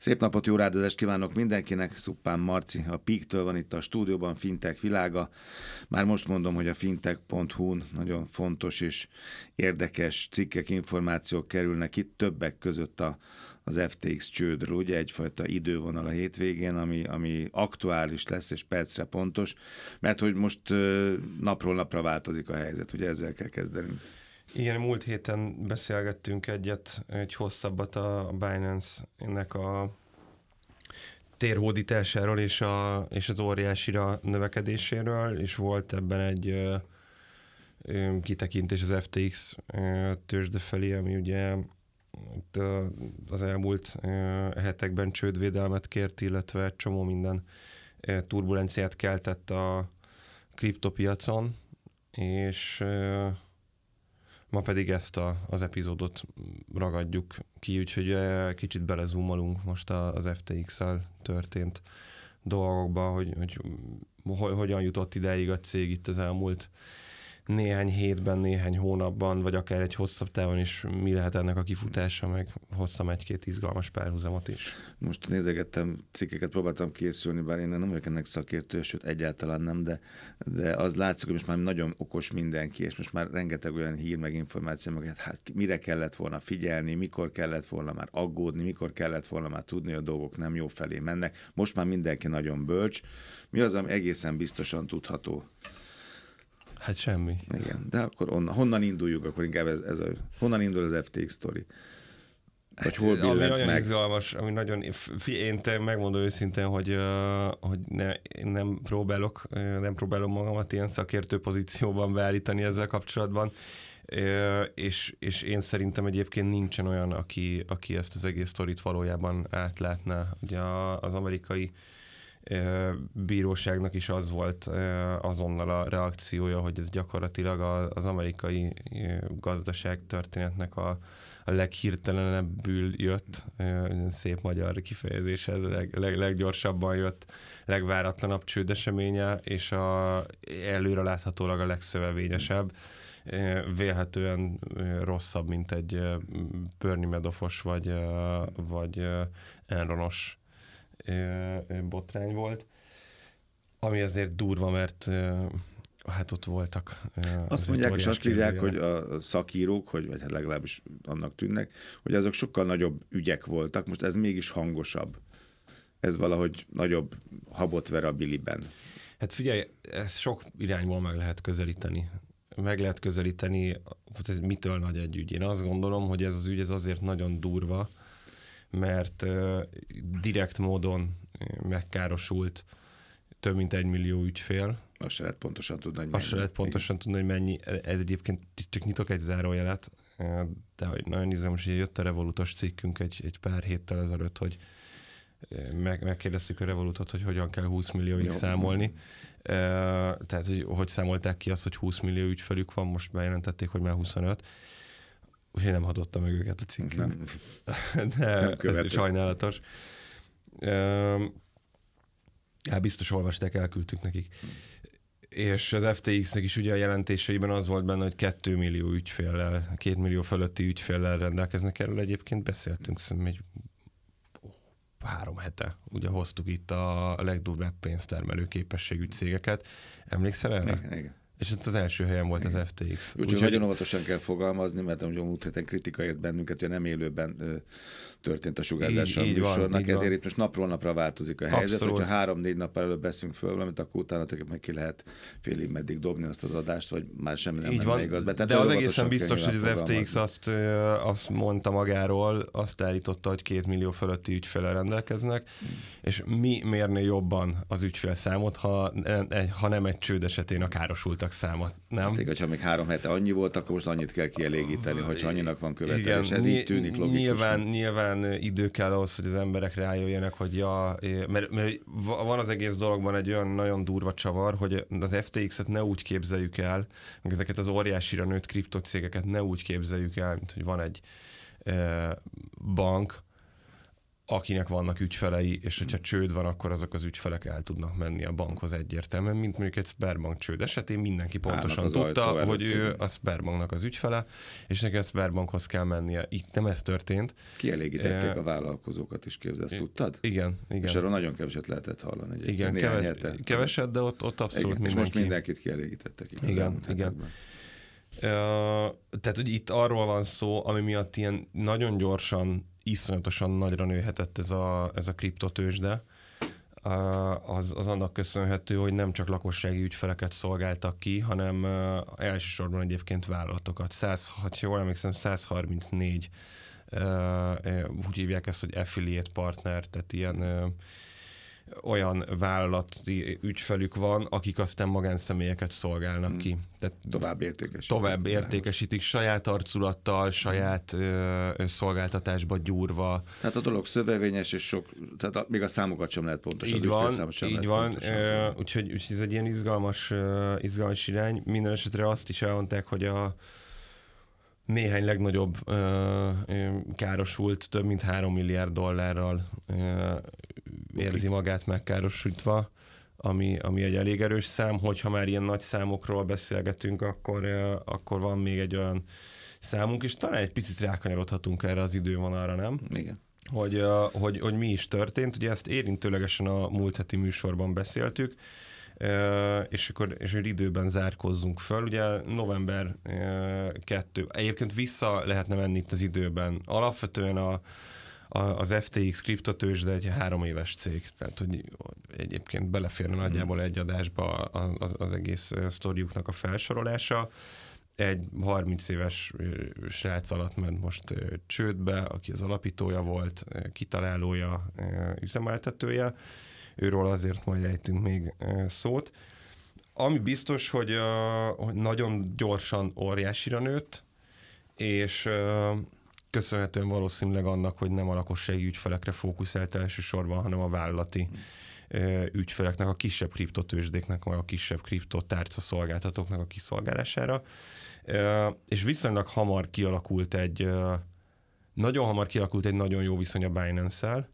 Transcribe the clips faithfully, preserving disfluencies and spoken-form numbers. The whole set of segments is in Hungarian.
Szép napot, jó rádiózást kívánok mindenkinek. Szuppán Marci, a Peak-től van itt a stúdióban, Fintech világa. Már most mondom, hogy a fintech pont hu-n nagyon fontos és érdekes cikkek, információk kerülnek itt, többek között a, az ef té iksz csődről, ugye egyfajta idővonal a hétvégén, ami, ami aktuális lesz és percre pontos, mert hogy most napról napra változik a helyzet, ugye ezzel kell kezdenünk. Igen, múlt héten beszélgettünk egyet, egy hosszabbat a Binance-nek a térhódításáról és, a, és az óriásira növekedéséről, és volt ebben egy ö, ö, kitekintés az ef té iksz ö, tőzsde felé, ami ugye az elmúlt ö, hetekben csődvédelmet kért, illetve egy csomó minden ö, turbulenciát keltett a kriptopiacon, és ö, ma pedig ezt a, az epizódot ragadjuk ki, úgyhogy kicsit belezúmolunk most az ef té iksz-szel történt dolgokba, hogy, hogy, hogy hogyan jutott ideig a cég itt az elmúlt néhány hétben, néhány hónapban, vagy akár egy hosszabb távon is mi lehet ennek a kifutása, meg hoztam egy-két izgalmas párhuzamot is. Most nézegettem cikkeket, próbáltam készülni, bár én nem vagyok ennek szakértő, sőt egyáltalán nem, de, de az látszik, hogy most már nagyon okos mindenki, és most már rengeteg olyan hír meg információ, meg hát, hát mire kellett volna figyelni, mikor kellett volna már aggódni, mikor kellett volna már tudni, hogy a dolgok nem jó felé mennek. Most már mindenki nagyon bölcs. Mi az, ami egészen biztosan tudható? Hát semmi. Igen, de akkor onnan, honnan induljunk, akkor inkább ez, ez a, honnan indul az ef té iksz sztori? Vagy hol billent ami meg? nagyon izgalmas, ami nagyon, én te megmondom őszintén, hogy, uh, hogy ne, nem próbálok, uh, nem próbálom magamat ilyen szakértő pozícióban beállítani ezzel kapcsolatban, uh, és, és én szerintem egyébként nincsen olyan, aki, aki ezt az egész sztorit valójában átlátná. Ugye az amerikai bíróságnak is az volt azonnal a reakciója, hogy ez gyakorlatilag az amerikai gazdaság történetnek a, a leghirtelenebbül jött, szép magyar kifejezés, ez a leg, leg, leggyorsabban jött, legváratlanabb csődeseménye, és a, előre láthatólag a legszövevényesebb, vélhetően rosszabb, mint egy Bernie Madoffos vagy, vagy Enronos botrány volt, ami azért durva, mert hát ott voltak. Azt mondják, és azt írják, hogy a szakírók, hogy, vagy hát legalábbis annak tűnnek, hogy azok sokkal nagyobb ügyek voltak, most ez mégis hangosabb. Ez valahogy nagyobb habot ver a biliben. Hát figyelj, ezt sok irányból meg lehet közelíteni. Meg lehet közelíteni, hogy ez mitől nagy egy ügy. Én azt gondolom, hogy ez az ügy ez azért nagyon durva, mert uh, direkt módon megkárosult több mint egy millió ügyfél. Azt se lehet pontosan tudni, hogy mennyi. Azt se lehet pontosan tudni, hogy mennyi. Ez egyébként csak nyitok egy zárójelet, de hogy nagyon izgalmas, hogy jött a Revolutos cikkünk egy, egy pár héttel ezelőtt, hogy meg, megkérdeztük a Revolutot, hogy hogyan kell húsz millióig számolni. Uh, tehát, hogy hogy számolták ki azt, hogy húsz millió ügyfelük van, most bejelentették, hogy már huszonöt. Úgyhogy nem hadottam meg őket a cikket. Nem. De nem ez is sajnálatos. Hát biztos olvasták, elküldtük nekik. És az ef té iksz-nek is ugye a jelentéseiben az volt benne, hogy két millió ügyféllel, két millió fölötti ügyféllel rendelkeznek. Erről egyébként beszéltünk, szerintem egy három hete. Ugye hoztuk itt a legdurvább pénztermelő képességű cégeket. Emlékszel erre? Igen, igen. És itt az első helyen volt igen. Az ef té iksz. Úgyhogy Úgy, nagyon óvatosan kell fogalmazni, mert a múlt héten kritika ért bennünket, hogy nem élőben ö, történt a sugárzása a műsornak, ezért itt most napról napra változik a helyzet. Abszolút. Hogyha három-négy nap előbb beszélünk föl valamit, akkor utána meg ki lehet félig meddig dobni azt az adást, vagy már semmi nem lenne igaz. Be. De az egészen biztos, hogy az ef té iksz azt, azt mondta magáról, azt állította, hogy két millió fölötti ügyféllel rendelkeznek, hmm. és mi mérné jobban az ügyfélszámot, ha, ha nem egy csőd esetén a károsultak számot, nem? Hát igaz, ha még három hete annyi volt, akkor most annyit kell kielégíteni, hogyha annyinak van követelés. Ez így tűnik logikus. Nyilván, nyilván idő kell ahhoz, hogy az emberek rájöjjenek, hogy ja, mert, mert van az egész dologban egy olyan nagyon durva csavar, hogy az ef té iksz-et ne úgy képzeljük el, meg ezeket az óriásira nőtt kriptocégeket ne úgy képzeljük el, mint hogy van egy e, bank, akinek vannak ügyfelei, és hogyha csőd van, akkor azok az ügyfelek el tudnak menni a bankhoz egyértelműen, mint mondjuk egy Sberbank csőd esetén mindenki pontosan tudta, hogy ő a Sberbanknak az ügyfele, és neki a Sberbankhoz kell mennie. Itt nem ez történt. Kielégítették e... a vállalkozókat is, képzel, ezt tudtad? Igen, igen. És arról nagyon keveset lehetett hallani. Egy igen, keve... keveset, de ott, ott abszolút igen, mindenki. És most mindenkit kielégítettek. Igen, igen. Uh, tehát, hogy itt arról van szó, ami miatt ilyen nagyon gyorsan, iszonyatosan nagyra nőhetett ez a, ez a kriptotőzsde, uh, az, az annak köszönhető, hogy nem csak lakossági ügyfeleket szolgáltak ki, hanem uh, elsősorban egyébként vállalatokat. száz, ha jól emlékszem, száz harmincnégy uh, úgy hívják ezt, hogy affiliate partner, tehát ilyen uh, olyan vállalati ügyfelük van, akik aztán magánszemélyeket szolgálnak hmm. ki. Tehát tovább értékesítik. Tovább értékesítik saját arculattal, saját hmm. ö, szolgáltatásba gyúrva. Tehát a dolog szövevényes, és sok, tehát a, még a számokat sem lehet pontosan. Így van, sem így van. Ö, úgyhogy, úgyhogy ez egy ilyen izgalmas, ö, izgalmas irány. Minden esetre azt is elmondták, hogy a néhány legnagyobb ö, ö, károsult, több mint három milliárd dollárral ö, érzi magát megkárosítva, ami, ami egy elég erős szám. Hogyha már ilyen nagy számokról beszélgetünk, akkor, uh, akkor van még egy olyan számunk, és talán egy picit rákanyarodhatunk erre az idővonalra, nem? Igen. Hogy, uh, hogy, hogy mi is történt. Ugye ezt érintőlegesen a múlt heti műsorban beszéltük, uh, és akkor és időben zárkozzunk föl. Ugye november kettő. Egyébként vissza lehetne menni itt az időben. Alapvetően a az ef té iksz kriptotőzsde egy három éves cég, tehát hogy egyébként beleférne nagyjából egy adásba az, az egész sztoriuknak a felsorolása. Egy harminc éves srác alatt ment most csődbe, aki az alapítója volt, kitalálója, üzemeltetője. Őről azért majd ejtünk még szót. Ami biztos, hogy, hogy nagyon gyorsan óriásira nőtt, és köszönhetően valószínűleg annak, hogy nem a lakossági ügyfelekre fókuszált elsősorban, hanem a vállalati hmm. ügyfeleknek, a kisebb kriptotőzsdéknek, vagy a kisebb kriptotárca szolgáltatóknak a kiszolgálására. És viszonylag hamar kialakult egy, nagyon hamar kialakult egy nagyon jó viszony a Binance-el.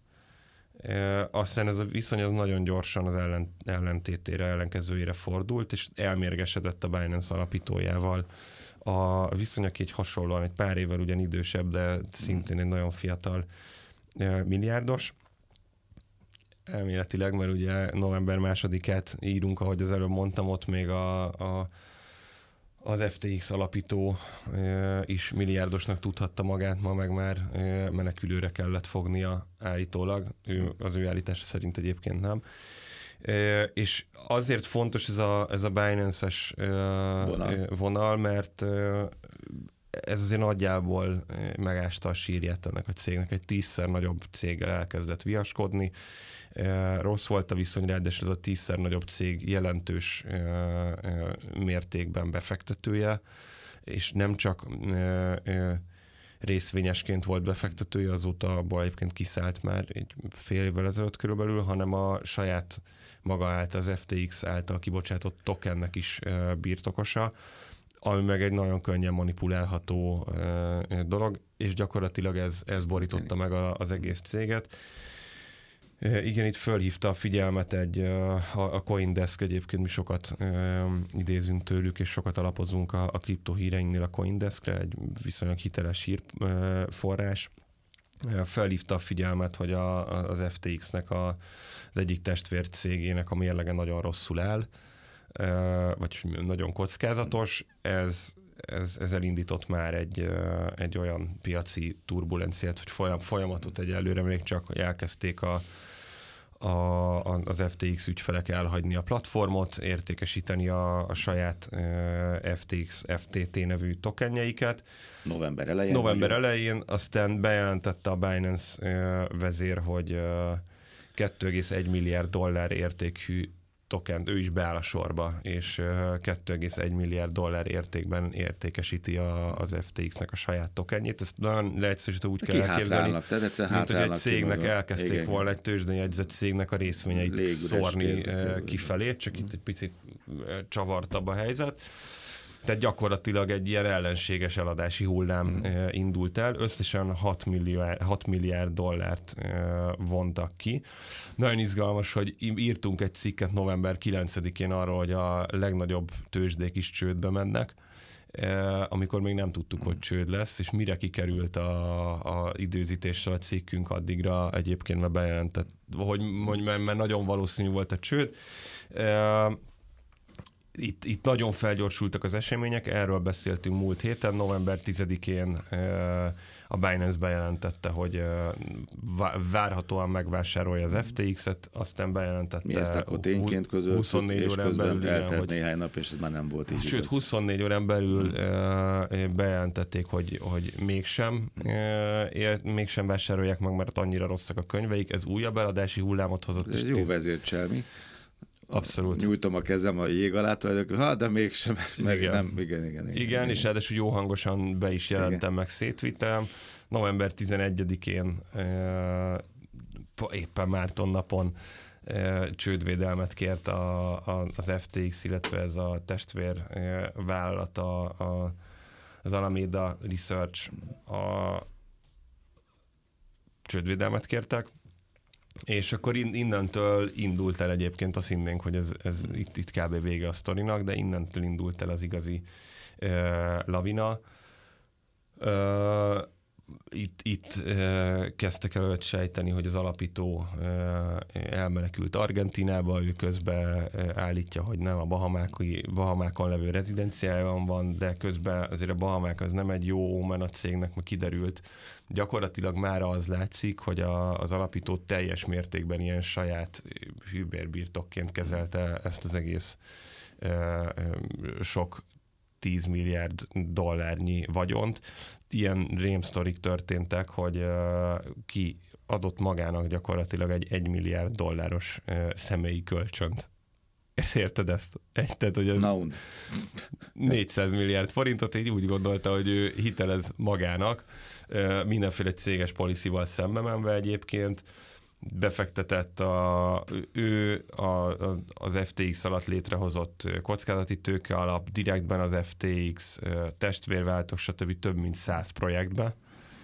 Aztán ez a viszony az nagyon gyorsan az ellen, ellentétére, ellenkezőjére fordult, és elmérgesedett a Binance alapítójával. A viszony, aki egy hasonlóan, egy pár évvel ugyan idősebb, de szintén egy nagyon fiatal milliárdos. Elméletileg, mert ugye november másodikát írunk, ahogy az előbb mondtam, ott még a, a, az ef té iksz alapító is milliárdosnak tudhatta magát, ma meg már menekülőre kellett fognia állítólag. Ő, az ő állítása szerint egyébként nem. Uh, és azért fontos ez a, ez a Binance-es uh, vonal. vonal, mert uh, ez azért nagyjából megásta a sírját ennek a cégnek. Egy tízszer nagyobb céggel elkezdett viaskodni. Uh, rossz volt a viszony rá, de ez a tízszer nagyobb cég jelentős uh, uh, mértékben befektetője, és nem csak uh, uh, részvényesként volt befektetője, azóta abból egyébként kiszállt már egy fél évvel ezelőtt körülbelül, hanem a saját maga által, az ef té iksz által kibocsátott tokennek is uh, birtokosa, ami meg egy nagyon könnyen manipulálható uh, dolog, és gyakorlatilag ez, ez borította meg a, az egész céget. Uh, igen, itt fölhívta a figyelmet egy, uh, a, a CoinDesk, egyébként mi sokat uh, idézünk tőlük, és sokat alapozunk a, a kriptohíreinknél a CoinDeskre, egy viszonylag hiteles hírforrás. Uh, felhívta a figyelmet, hogy a, az ef té iksz-nek a, az egyik testvércégének a mérlege nagyon rosszul áll, uh, vagy nagyon kockázatos. Ez, ez, ez elindított már egy, uh, egy olyan piaci turbulenciát, hogy folyam, folyamatot egyelőre még csak elkezdték a A, az ef té iksz ügyfelek elhagyni a platformot, értékesíteni a, a saját uh, ef té iksz, ef té té nevű tokenjeiket. November elején. November elején, aztán bejelentette a Binance uh, vezér, hogy uh, két egész egy milliárd dollár értékű tokent, ő is beáll a sorba, és uh, két egész egy milliárd dollár értékben értékesíti a, az ef té iksz-nek a saját tokenjét. Ezt nagyon leegyszerűsítve úgy kell elképzelni, mint hogy egy cégnek elkezdték igen, volna, egy tőzsdén jegyzett cégnek a részvényeit légüres szórni kérlek, kifelé, csak itt egy picit csavartabb a helyzet. Tehát gyakorlatilag egy ilyen ellenséges eladási hullám mm. indult el. Összesen hat milliárd, hat milliárd dollárt vontak ki. Nagyon izgalmas, hogy írtunk egy cikket november kilencedikén arról, hogy a legnagyobb tőzsdék is csődbe mennek, amikor még nem tudtuk, hogy csőd lesz, és mire kikerült a, a időzítéssel a cikkünk, addigra egyébként már bejelentett, hogy, hogy mert nagyon valószínű volt a csőd. Itt, itt nagyon felgyorsultak az események, erről beszéltünk múlt héten, november tizedikén a Binance bejelentette, hogy várhatóan megvásárolja az ef té iksz-et, aztán bejelentette... Mi ezt akkor tényként közöltük, huszonnégy és órán belül, eltelt hogy, néhány nap, és ez már nem volt így. Sőt, igaz. huszonnégy órán belül hmm. bejelentették, hogy, hogy mégsem, mégsem vásárolják meg, mert annyira rosszak a könyveik. Ez újabb eladási hullámot hozott. Ez jó vezércselmi. Abszolút. Nyújtom a kezem a jég alá, hogy ha, de mégsem, meg igen. nem, igen, igen, igen. Igen, és ráadásul jó hangosan be is jelentem, igen. meg szétvittem. november tizenegyedikén éppen Márton napon csődvédelmet kért a, a, az ef té iksz, illetve ez a testvér vállalat, a, a, az Alameda Research a csődvédelmet kértek, és akkor innentől indult el egyébként, azt hinnénk, hogy ez, ez itt, itt kb. Vége a sztorinak, de innentől indult el az igazi uh, lavina. Uh, itt itt uh, kezdtek el olyat sejteni, hogy az alapító uh, elmenekült Argentinába, ő közben uh, állítja, hogy nem a Bahamáki, Bahamákon levő rezidenciájában van, de közben azért a Bahamák az nem egy jó ómen a cégnek, mert kiderült. Gyakorlatilag már az látszik, hogy a, az alapító teljes mértékben ilyen saját hűbérbirtokként kezelte ezt az egész uh, sok tíz milliárd dollárnyi vagyont. Ilyen rémsztorik történtek, hogy uh, ki adott magának gyakorlatilag egy egy milliárd dolláros uh, személyi kölcsönt. Érted ezt? Tehát, hogy ez négyszáz milliárd forintot, így úgy gondolta, hogy ő hitelez magának, uh, mindenféle céges policyval szembe menve egyébként, befektetett a, ő a, a, az ef té iksz alatt létrehozott kockázati tőke alap, direktben az ef té iksz, testvérvállalatok, stb. Több mint száz projektbe,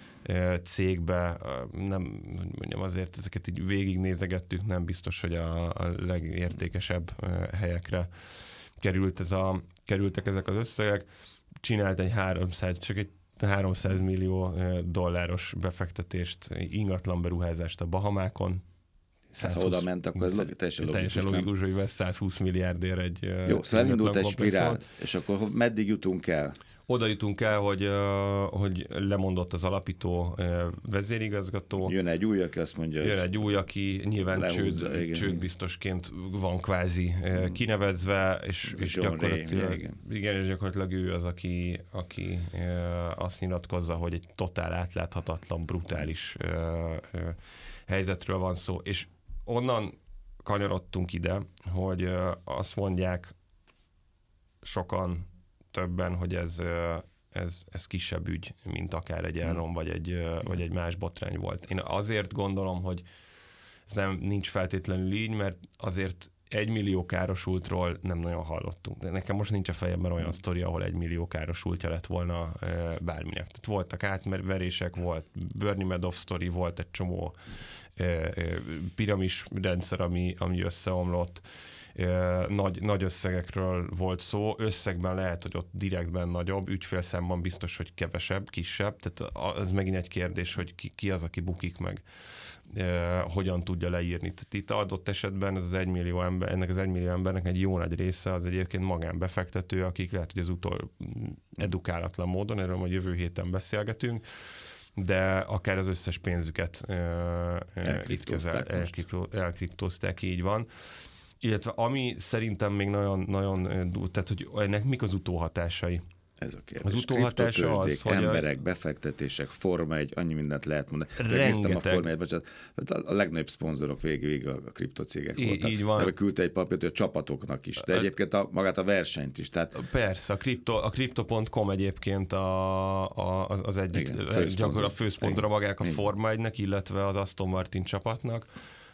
cégbe, nem mondjam, azért ezeket így végignézegettük, nem biztos, hogy a, a legértékesebb helyekre került ez a, kerültek ezek az összegek. Csinált egy háromszáz, csak egy háromszáz millió dolláros befektetést, ingatlan beruházást a Bahamákon. Hát, ha oda ment, akkor ez teljesen logikus. Teljesen logikus, hogy vesz száz húsz milliárdért egy jó, szóval elindult egy spirál, és akkor meddig jutunk el? Oda jutunk el, hogy, hogy lemondott az alapító vezérigazgató. Jön egy új, aki azt mondja, Jön egy új, aki nyilván lehúzza, csőd, csődbiztosként van kvázi hmm. kinevezve, és, és gyakorlatilag, Ray, igen. igen, és gyakorlatilag ő az, aki, aki azt nyilatkozza, hogy egy totál átláthatatlan, brutális helyzetről van szó. És onnan kanyarodtunk ide, hogy azt mondják sokan, többen, hogy ez, ez, ez kisebb ügy, mint akár egy Enron, vagy egy, vagy egy más botrány volt. Én azért gondolom, hogy ez nem, nincs feltétlenül így, mert azért egy millió károsultról nem nagyon hallottunk. De nekem most nincs a fejemben olyan sztori, ahol egy millió károsultja lett volna bárminek. Tehát voltak átverések, volt Bernie Madoff sztori, volt egy csomó piramis rendszer, ami, ami összeomlott. Nagy, nagy összegekről volt szó, összegben lehet, hogy ott direktben nagyobb, ügyfélszámban biztos, hogy kevesebb, kisebb, tehát az megint egy kérdés, hogy ki, ki az, aki bukik meg, e, hogyan tudja leírni. Tehát itt adott esetben ez az egymillió ember, ennek az egymillió embernek egy jó nagy része az egyébként magánbefektető, akik lehet, hogy az utol edukálatlan módon, erről majd jövő héten beszélgetünk, de akár az összes pénzüket e, e, itt közel elkriptózták, így van. Illetve ami szerintem még nagyon, nagyon, tehát hogy ennek mik az utóhatásai? Ez a kérdés. Az utóhatása az, hogy emberek, a... befektetések, Forma egy, annyi mindent lehet mondani. Rengeteg. A Forma egy, bocsánat, a legnagyobb szponzorok végig, végig a kriptocégek I- voltak. Így van. De küldte egy papírt, hogy a csapatoknak is, de egyébként a, magát a versenyt is. Tehát... Persze, a crypto, a crypto pont com egyébként a, a, az egyik, igen, gyakorlatilag a főszponzora magának a Forma egynek, illetve az Aston Martin csapatnak.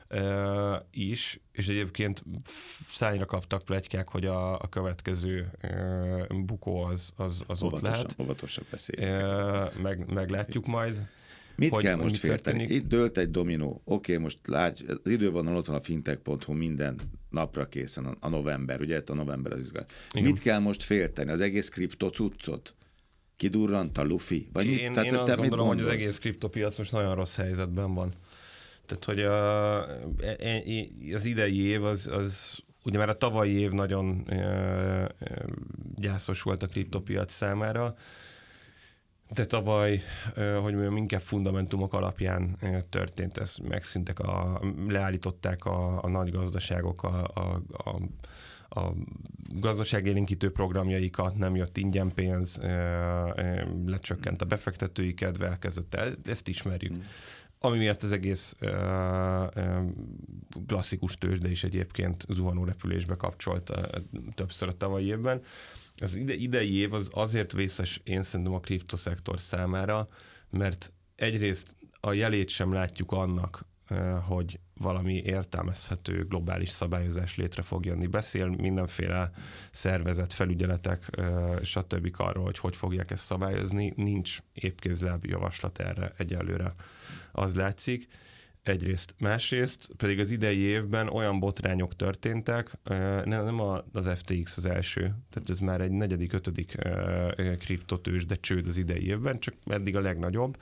uh, is, és egyébként szányra kaptak pletykák, hogy a, a következő uh, bukó az, az, az ott lehet. Óvatosan beszéljünk. Uh, meg, meglátjuk majd. Mit hogy, kell most félteni? Itt dőlt egy dominó. Oké, okay, most látj, az idővonal ott van a fintech pont hu minden napra készen, a, a november, ugye itt a november az izgalmas. Mit kell most félteni? Az egész kripto cuccot? Kidurrant a lufi? Vagy én mit? én, Tehát, én azt te gondolom, mit hogy az egész kriptopiac most nagyon rossz helyzetben van. Tehát, hogy a, az idei év az, az ugye már a tavalyi év nagyon e, e, gyászos volt a kriptopiac számára, de tavaly, hogy mondjam, inkább fundamentumok alapján történt ez, megszűntek, a, leállították a, a nagy gazdaságok a, a, a, a gazdaságélénkítő programjaikat, nem jött ingyen pénz, lecsökkent a befektetői kedve, elkezdett el, ezt ismerjük. Mm. Ami miatt az egész uh, uh, klasszikus tőzsde is egyébként zuhanó repülésbe kapcsolt uh, többször a tavalyi évben. Az ide, idei év az azért vészes, én szerintem a kriptoszektor számára, mert egyrészt a jelét sem látjuk annak, uh, hogy valami értelmezhető globális szabályozás létre fog jönni. Beszél mindenféle szervezet, felügyeletek, uh, stb. Arról, hogy hogy fogják ezt szabályozni. Nincs épkézláb javaslat erre egyelőre. Az látszik, egyrészt. Másrészt pedig az idei évben olyan botrányok történtek, nem, nem az ef té iksz az első, tehát ez már egy negyedik, ötödik kriptotőzs, de csőd az idei évben, csak eddig a legnagyobb.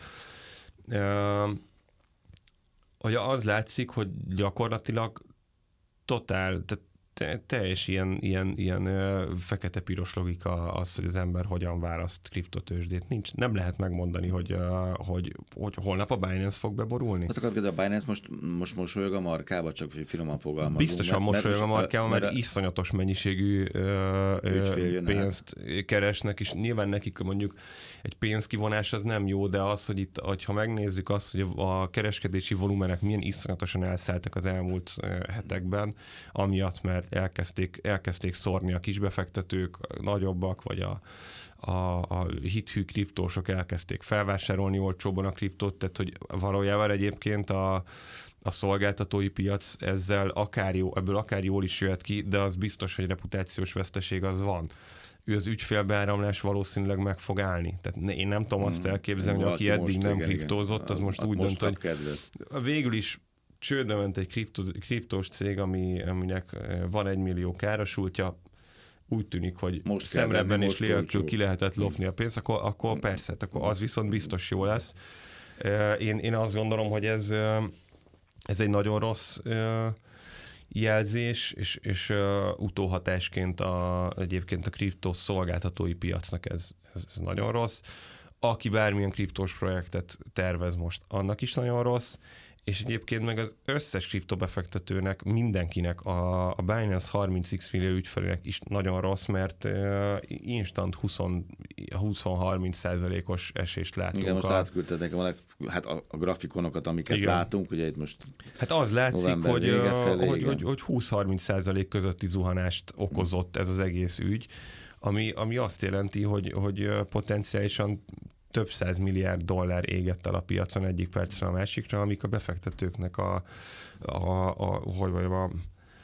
Hogy az látszik, hogy gyakorlatilag totál, tehát teljes ilyen, ilyen, ilyen fekete-piros logika az, hogy az ember hogyan választ kriptotőzsdét. Nincs, nem lehet megmondani, hogy, hogy, hogy holnap a Binance fog beborulni. Az akar, hogy a Binance most, most mosolyog a markába, csak finoman fogalmazunk. Biztosan mert, mosolyog a markába, mert, mert iszonyatos mennyiségű ö, pénzt át. keresnek, és nyilván nekik mondjuk egy pénzkivonás az nem jó, de az, hogy itt, ha megnézzük azt, hogy a kereskedési volumenek milyen iszonyatosan elszálltak az elmúlt hetekben, amiatt, mert elkezdték, elkezdték szórni a kisbefektetők, a nagyobbak, vagy a, a, a hithű kriptósok elkezdték felvásárolni olcsóban a kriptót, tehát hogy valójában egyébként a, a szolgáltatói piac ezzel akár jó, ebből akár jól is jöhet ki, de az biztos, hogy reputációs veszteség az van. Ő az ügyfélbeáramlás valószínűleg meg fog állni. Tehát én nem tudom azt elképzelni, hogy aki eddig nem igen, kriptózott, az, az most úgy most dönt, hogy kedvet. Végül is csődbe ment egy kriptó, kriptós cég, ami, aminek van egy millió károsultja, úgy tűnik, hogy most szemrebben és nélkül ki lehetett lopni a pénzt, akkor, akkor persze, akkor az viszont biztos jó lesz. Én, én azt gondolom, hogy ez, ez egy nagyon rossz jelzés, és, és utóhatásként a, egyébként a kriptós szolgáltatói piacnak ez, ez, ez nagyon rossz. Aki bármilyen kriptós projektet tervez most, annak is nagyon rossz, és egyébként meg az összes kriptobefektetőnek, mindenkinek, a, a Binance harminc millió ügyfelének is nagyon rossz, mert uh, instant húsz-harminc százalékos esést látunk. Igen, most a... átküldted nekem a, leg, hát a, a grafikonokat, amiket igen. látunk, ugye itt most hát az látszik, hogy, felé, hogy, hogy, hogy húsz-harminc százalék közötti zuhanást okozott ez az egész ügy, ami, ami azt jelenti, hogy, hogy potenciálisan több száz milliárd dollár égett el a piacon egyik percre a másikra, amik a befektetőknek a, a, a, hogy vagy a,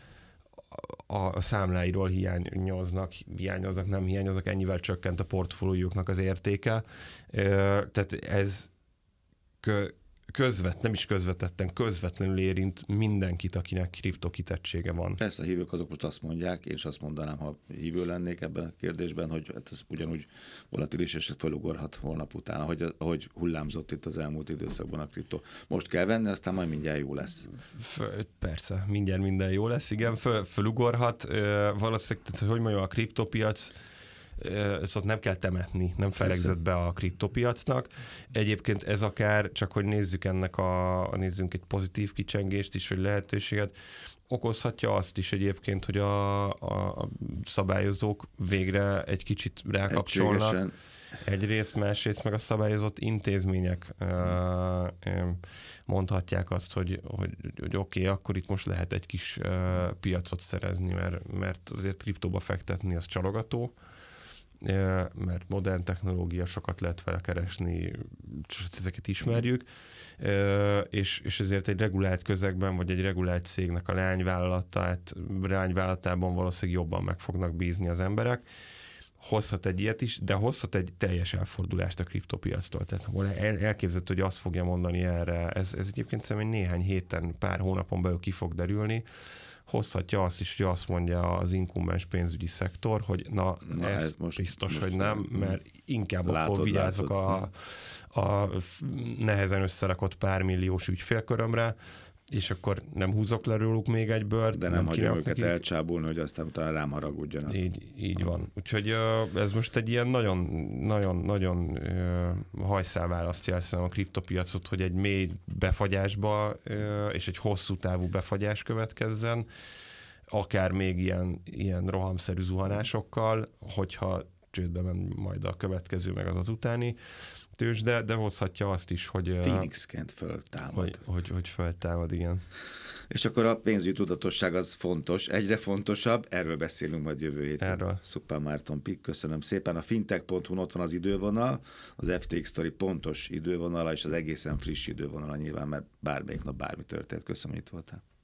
a, a számláiról hiányoznak, hiányoznak, nem hiányoznak, ennyivel csökkent a portfóliójuknak az értéke. Tehát ez kö, közvet, nem is közvetetten, közvetlenül érint mindenkit, akinek kriptokitettsége van. Persze a hívők azok most azt mondják, én is azt mondanám, ha hívő lennék ebben a kérdésben, hogy hát ez ugyanúgy volatilis, és felugorhat holnap után, ahogy, ahogy hullámzott itt az elmúlt időszakban a kriptó. Most kell venni, aztán majd mindjárt jó lesz. Persze, mindjárt minden jó lesz, igen, föl, fölugorhat. Valószínűleg, hogy mondjam, a kriptopiac szóval nem kell temetni, nem felegzett be a kriptopiacnak. Egyébként ez akár, csak hogy nézzük ennek a, nézzünk egy pozitív kicsengést is, vagy lehetőséget, okozhatja azt is egyébként, hogy a, a szabályozók végre egy kicsit rákapcsolnak. Egységesen. Egyrészt, másrészt meg a szabályozott intézmények mondhatják azt, hogy, hogy, hogy oké, okay, akkor itt most lehet egy kis piacot szerezni, mert, mert azért kriptóba fektetni az csalogató. mert modern technológia, sokat lehet vele keresni, ezeket ismerjük, és, és ezért egy regulált közegben, vagy egy regulált cégnek a leányvállalatát, leányvállalatában valószínűleg jobban meg fognak bízni az emberek. Hozhat egy ilyet is, de hozhat egy teljes elfordulást a kriptopiactól. Tehát hol el, elképzelhető, hogy azt fogja mondani erre, ez, ez egyébként szerintem néhány héten, pár hónapon belül ki fog derülni, hozhatja azt is, hogy azt mondja az inkumbens pénzügyi szektor, hogy na, na ez, ez most, biztos, most hogy nem, mert inkább látod, akkor vigyázok látod. a, a nehezen összerakott pár milliós ügyfélkörömre, és akkor nem húzok le róluk még egy bört. De nem, nem hagyom őket neki elcsábulni, hogy aztán utána rám haragudjanak. Így, így van. Úgyhogy ez most egy ilyen nagyon, nagyon, nagyon hajszál választja el a kriptopiacot, hogy egy mély befagyásba és egy hosszú távú befagyás következzen, akár még ilyen, ilyen rohamszerű zuhanásokkal, hogyha csődbe ment majd a következő, meg az az utáni tőzsde, de hozhatja azt is, hogy... Phoenixként föltámad. Hogy, hogy, hogy föltámad, igen. És akkor a pénzügyi tudatosság az fontos, egyre fontosabb, erről beszélünk majd jövő héten. Erről. Szuper Márton Pik, köszönöm szépen. A fintech pont hu-n ott van az idővonal, az ef té iksz Story pontos idővonala, és az egészen friss idővonala nyilván, mert bármelyik nap bármi történt. Köszönöm, hogy itt voltál.